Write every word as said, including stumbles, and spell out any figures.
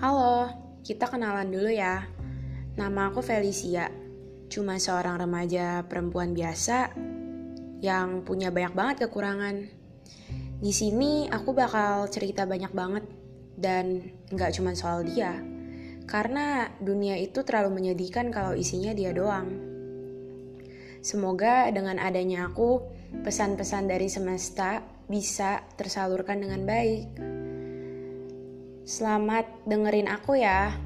Halo, kita kenalan dulu ya. Nama aku Felicia, cuma seorang remaja perempuan biasa yang punya banyak banget kekurangan. Di sini aku bakal cerita banyak banget dan nggak cuma soal dia, karena dunia itu terlalu menyedihkan kalau isinya dia doang. Semoga dengan adanya aku, pesan-pesan dari semesta bisa tersalurkan dengan baik. Selamat dengerin aku ya.